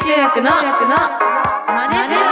集約のマネブ。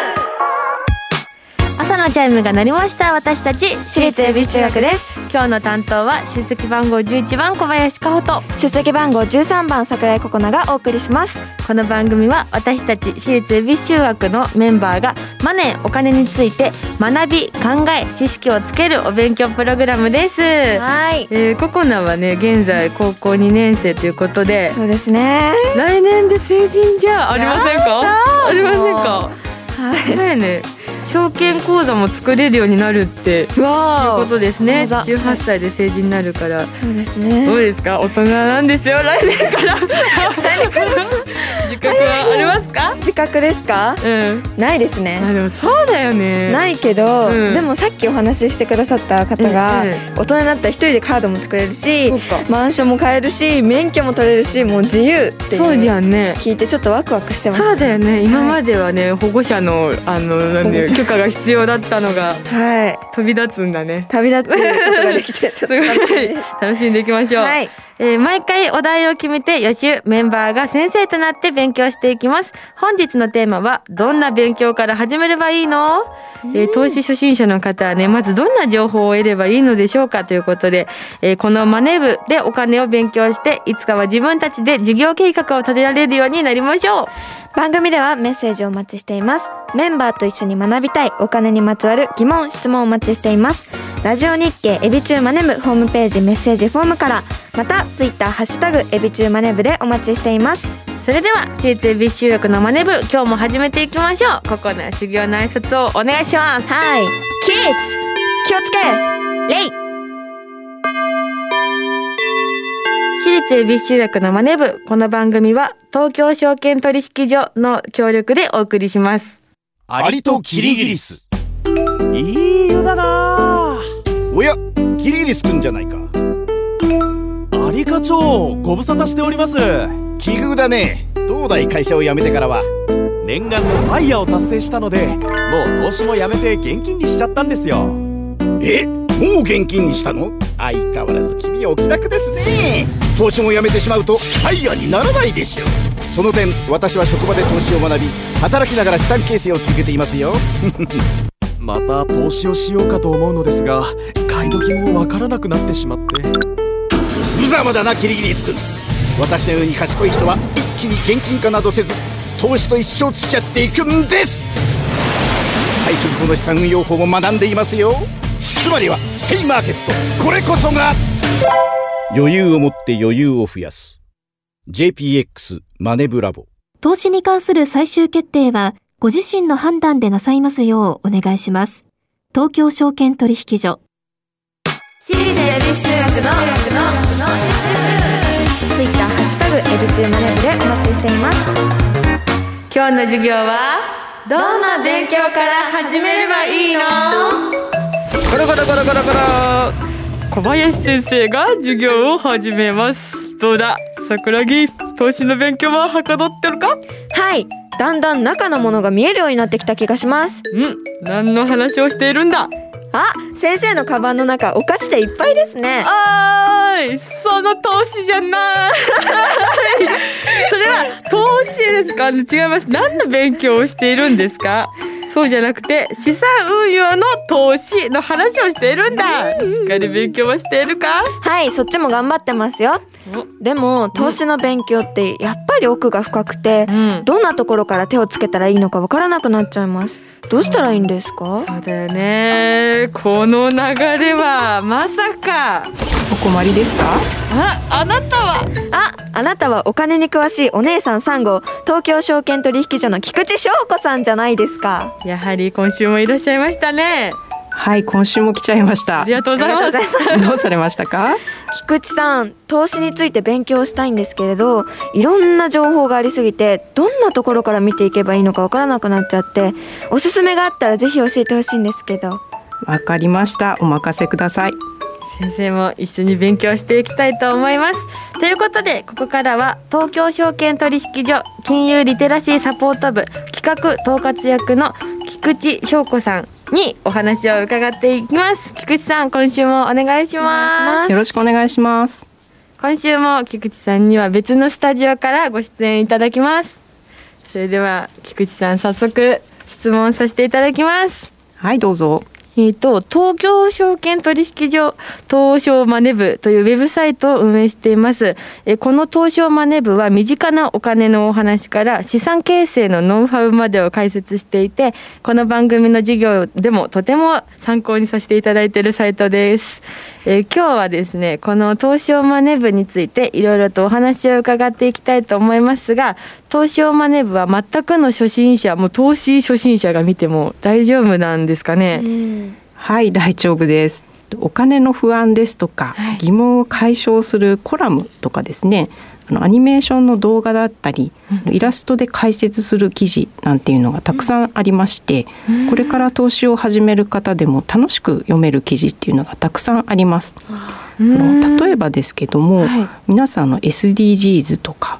朝のチャイムが鳴りました。私たち私立恵比寿中学です。 今日の担当は出席番号11番小林香穂と出席番号13番桜井心那がお送りします。 この番組は私たち私立恵比寿中学のメンバーがマネーお金について学び考え知識をつけるお勉強プログラムです。 はい、 ココナはね現在高校2年生ということで、 そうですね、 来年で成人じゃありませんか。ありませんか。 はいね証券口座も作れるようになるっていうことですね。18歳で成人になるから。 そうですね。 どうですか。大人なんですよ来年から自覚はありますか。 自覚ですか。ないですね。 でもそうだよね。 ないけど、でもさっきお話ししてくださった方が、大人になったら一人でカードも作れるし、マンションも買えるし免許も取れるし、もう自由っていうそうじゃんね。 聞いてちょっとワクワクしてます。 そうだよね。今まではね、保護者のなんで許可が必要だったのが、飛び立つんだね。 旅立つことができてちょっと楽しんでいきましょう。はい。毎回お題を決めて予習メンバーが先生となって勉強していきます。本日のテーマはどんな勉強から始めればいいの？投資初心者の方はね、まずどんな情報を得ればいいのでしょうかということで、このマネ部でお金を勉強していつかは自分たちで事業計画を立てられるようになりましょう。 番組ではメッセージをお待ちしています。メンバーと一緒に学びたいお金にまつわる疑問質問をお待ちしています。ラジオ日経エビチューマネ部ホームページメッセージフォームから、またツイッターハッシュタグエビチューマネ部でお待ちしています。 それでは私立恵比寿中学のマネ部、今日も始めていきましょう。ここの修行の挨拶をお願いします。 はい、キッズ気をつけレイ。 私立恵比寿中学のマネ部、この番組は東京証券取引所の協力でお送りします。 アリとキリギリス、いい湯だな。 おや、キリギリスくんじゃないか。 アリ課長、ご無沙汰しております。 奇遇だね。東大会社を辞めてからは念願のファイヤーを達成したので、もう投資もやめて現金にしちゃったんですよ。 え、もう現金にしたの？相変わらず君はお気楽ですね。投資もやめてしまうとファイヤーにならないでしょう。その点、私は職場で投資を学び、働きながら資産形成を続けていますよまた投資をしようかと思うのですが、買い時もわからなくなってしまって。 無様だなキリギリス君。私のように賢い人は一気に現金化などせず、投資と一生付き合っていくんです。退職後の資産運用法も学んでいますよ。つまりはステイマーケット、これこそが余裕を持って余裕を増やす JPX マネブラボ。 投資に関する最終決定はご自身の判断でなさいますようお願いします。東京証券取引所。 私立恵比寿中学のツイッターハッシュタグエビチューマネ部でお待ちしています。 今日の授業はどんな勉強から始めればいいの？コロコロコロコロコロ。小林先生が授業を始めます。どうだ桜木、投資の勉強ははかどってるか？ はい、だんだん中のものが見えるようになってきた気がします。 何の話をしているんだ？ あ、先生のカバンの中お菓子でいっぱいですね。 その投資じゃないそれは投資ですか？違います。何の勉強をしているんですか？そうじゃなくて資産運用の投資の話をしているんだ。しっかり勉強はしているか？ はい、そっちも頑張ってますよ。でも投資の勉強ってやっぱり奥が深くて、どんなところから手をつけたらいいのかわからなくなっちゃいます。どうしたらいいんですか？ そうだよね。この流れはまさかお困りですか？ あなたはあなたはお金に詳しいお姉さん3号、東京証券取引所の菊池翔子さんじゃないですか。 やはり今週もいらっしゃいましたね。 はい、今週も来ちゃいました。 ありがとうございます。 どうされましたか？ 菊池さん、投資について勉強したいんですけれど、いろんな情報がありすぎてどんなところから見ていけばいいのかわからなくなっちゃって、おすすめがあったらぜひ教えてほしいんですけど。 わかりました、お任せください。 先生も一緒に勉強していきたいと思います。ということで、ここからは東京証券取引所金融リテラシーサポート部企画統括役の菊池翔子さんにお話を伺っていきます。菊池さん、今週もお願いします。 よろしくお願いします。 今週も菊池さんには別のスタジオからご出演いただきます。 それでは菊池さん、早速質問させていただきます。 はい、どうぞ。 東京証券取引所東証マネ部というウェブサイトを運営しています。この東証マネ部は身近なお金のお話から資産形成のノウハウまでを解説していて、この番組の授業でもとても参考にさせていただいているサイトです。今日はですね、この東証マネ部についていろいろとお話を伺っていきたいと思いますが、東証マネ部は全くの初心者、もう投資初心者が見ても大丈夫なんですかね？ はい、大丈夫です。お金の不安ですとか、疑問を解消するコラムとかですね、アニメーションの動画だったり、イラストで解説する記事なんていうのがたくさんありまして、これから投資を始める方でも楽しく読める記事っていうのがたくさんあります。例えばですけども、皆さんの SDGs とか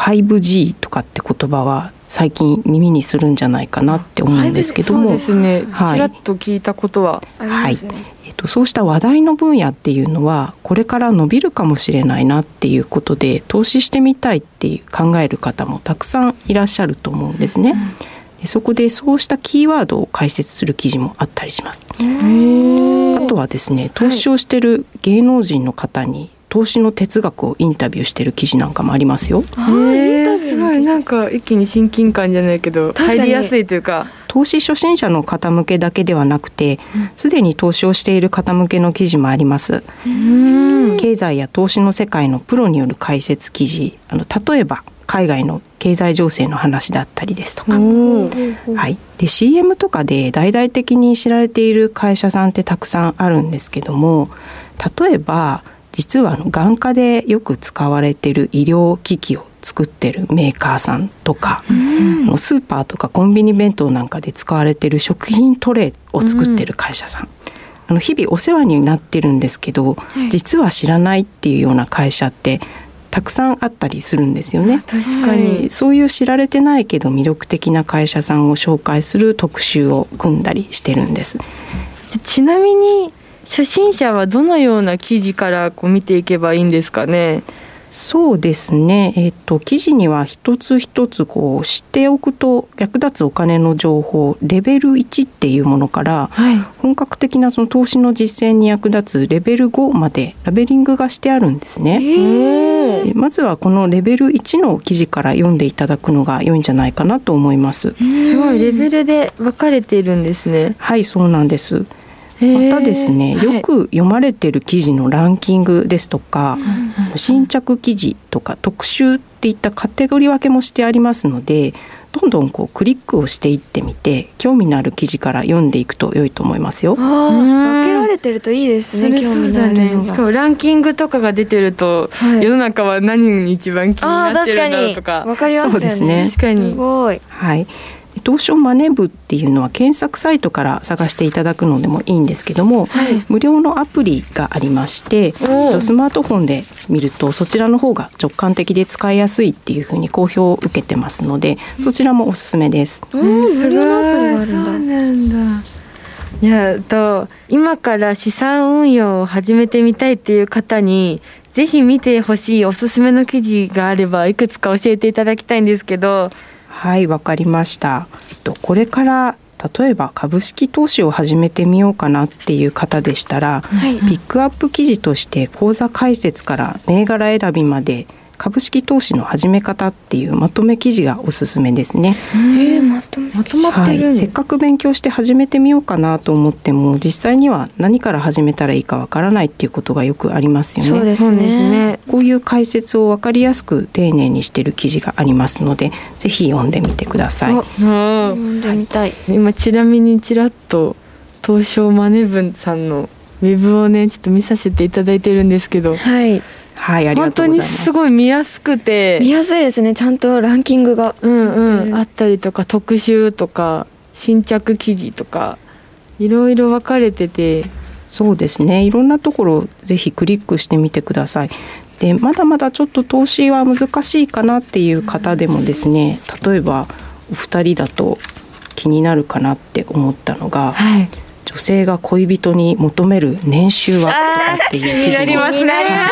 5G とかって言葉は最近耳にするんじゃないかなって思うんですけども、 そうですね、ちらっと聞いたことはありますね。 そうした話題の分野っていうのはこれから伸びるかもしれないなっていうことで、投資してみたいっていう考える方もたくさんいらっしゃると思うんですね。でそこでそうしたキーワードを解説する記事もあったりします。あとはですね、投資をしている芸能人の方に投資の哲学をインタビューしている記事なんかもありますよ。 すごい、なんか一気に親近感じゃないけど入りやすいというか、 投資初心者の方向けだけではなくて、すでに投資をしている方向けの記事もあります。経済や投資の世界のプロによる解説記事、例えば海外の経済情勢の話だったりですとか、はい、で CM とかで大々的に知られている会社さんってたくさんあるんですけども、例えば実は眼科でよく使われている医療機器を作ってるメーカーさんとか、スーパーとかコンビニ弁当なんかで使われている食品トレイを作ってる会社さん、日々お世話になってるんですけど、実は知らないっていうような会社ってたくさんあったりするんですよね。 確かに、 そういう知られてないけど魅力的な会社さんを紹介する特集を組んだりしてるんです。 ちなみに初心者はどのような記事から見ていけばいいんですかね？ そうですね、記事には一つ一つ知っておくと役立つお金の情報レベル1っていうものから、本格的なその投資の実践に役立つレベル5までラベリングがしてあるんですね。まずはこのレベル1の記事から読んでいただくのが良いんじゃないかなと思います。 すごいレベルで分かれているんですね。 はい、そうなんです。またですね、よく読まれている記事のランキングですとか、新着記事とか特集っていったカテゴリー分けもしてありますので、どんどんクリックをしていってみて興味のある記事から読んでいくと良いと思いますよ。 分けられてるといいですね。興味のあるのが、 しかもランキングとかが出てると、世の中は何に一番気になってるんだろうとか分かりますよね。 そうですね。 確かにすごい。 はい。東証マネ部っていうのは検索サイトから探していただくのでもいいんですけども、無料のアプリがありまして、スマートフォンで見るとそちらの方が直感的で使いやすいっていうふうに好評を受けてますので、そちらもおすすめです。 無料のアプリがあるんだ。 そうなんだ。いや今から資産運用を始めてみたいっていう方にぜひ見てほしいおすすめの記事があればいくつか教えていただきたいんですけど。 はい、わかりました。これから例えば株式投資を始めてみようかなっていう方でしたら、ピックアップ記事として口座開設から銘柄選びまで株式投資の始め方っていうまとめ記事がおすすめですね。 まとまってる、 せっかく勉強して始めてみようかなと思っても実際には何から始めたらいいかわからないっていうことがよくありますよね。 そうですね。 こういう解説をわかりやすく丁寧にしている記事がありますので、ぜひ読んでみてください。 読んでみたい。 今ちなみにちらっと東証マネ部さんのウェブをねちょっと見させていただいてるんですけど、 はい、ありがとうございます。 本当にすごい見やすくて見やすいですね。ちゃんとランキングがあったりとか、特集とか新着記事とかいろいろ分かれてて、 そうですね、いろんなところぜひクリックしてみてください。でまだまだちょっと投資は難しいかなっていう方でもですね、例えばお二人だと気になるかなって思ったのが、女性が恋人に求める年収はとかっていう記事も気になりますね。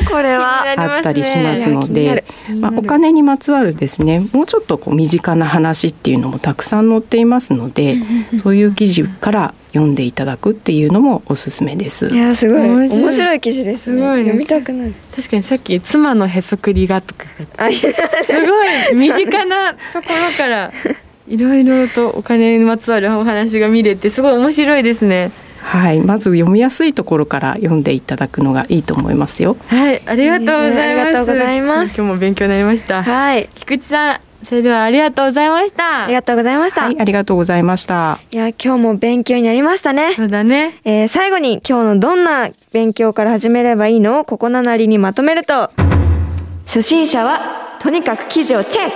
これはあったりしますので、お金にまつわるですね、もうちょっと身近な話っていうのもたくさん載っていますので、そういう記事から読んでいただくっていうのもおすすめです。 いやすごい面白い記事ですね。読みたくなる。 確かにさっき妻のへそくりがとかすごい身近なところからいろいろとお金にまつわるお話が見れてすごい面白いですね。 はい、まず読みやすいところから読んでいただくのがいいと思いますよ。 はい、ありがとうございます。 ありがとうございます。 今日も勉強になりました。 はい、 菊池さん、それではありがとうございました。 ありがとうございました。 はい、ありがとうございました。 いや、今日も勉強になりましたね。 そうだね。 最後に今日のどんな勉強から始めればいいのをここななりにまとめると、初心者はとにかく記事をチェック。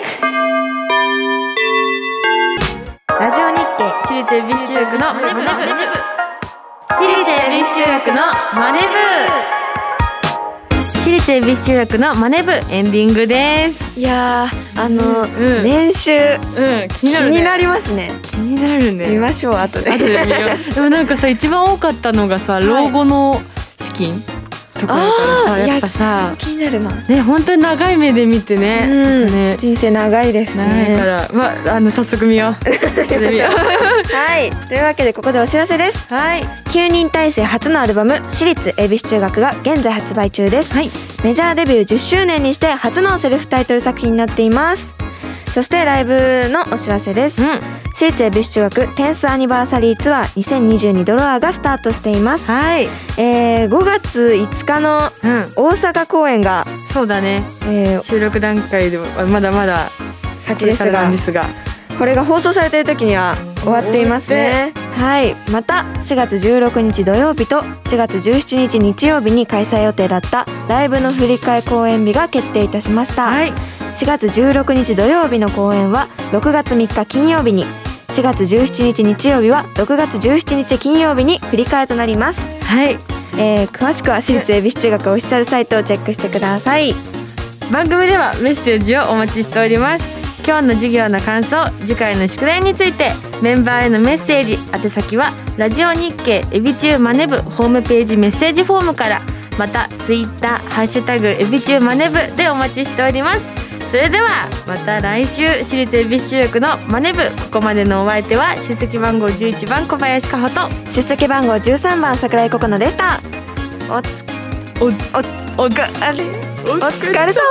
ラジオ日経私立恵比寿中学のマネ部。私立恵比寿中学のマネ部。私立恵比寿中学のマネ部エンディングです。 いやー、練習、気になりますね。 気になるね。 見ましょう後で。 見よう。でもなんかさ、一番多かったのがさ、老後の資金とかだからさ、やっぱさ、 気になるな。 ね、本当に長い目で見てね。 人生長いですね。 長いから、早速見よう。 はい、というわけでここでお知らせです。 はい。 9人体制初のアルバム私立恵比寿中学が現在発売中です。はい。メジャーデビュー10周年にして初のセルフタイトル作品になっています。そしてライブのお知らせです。私立恵比寿中学10thアニバーサリーツアー2022ドロアがスタートしています。はい。5月5日の大阪公演が、 そうだね。収録段階でもまだまだ先ですが、これが放送されている時には終わっていますね。はい。また4月16日土曜日と4月17日日曜日に開催予定だったライブの振り替え公演日が決定いたしました。はい。4月16日土曜日の公演は6月3日金曜日に、4月17日日曜日は6月17日金曜日に振り替えとなります。はい。詳しくは私立恵比寿中学オフィシャルサイトをチェックしてください。 番組ではメッセージをお待ちしております。今日の授業の感想、次回の宿題について、メンバーへのメッセージ、宛先はラジオ日経エビ中マネ部ホームページメッセージフォームから、またツイッターハッシュタグエビ中マネ部でお待ちしております。それではまた来週、私立恵比寿中学のマネ部、ここまでのお相手は出席番号11番小林香穂と出席番号13番桜井心奈でした。お疲れ様でした。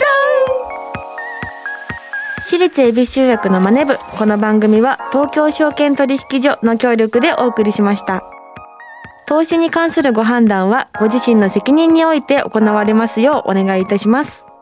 私立恵比寿中学のマネ部、この番組は東京証券取引所の協力でお送りしました。投資に関するご判断はご自身の責任において行われますようお願いいたします。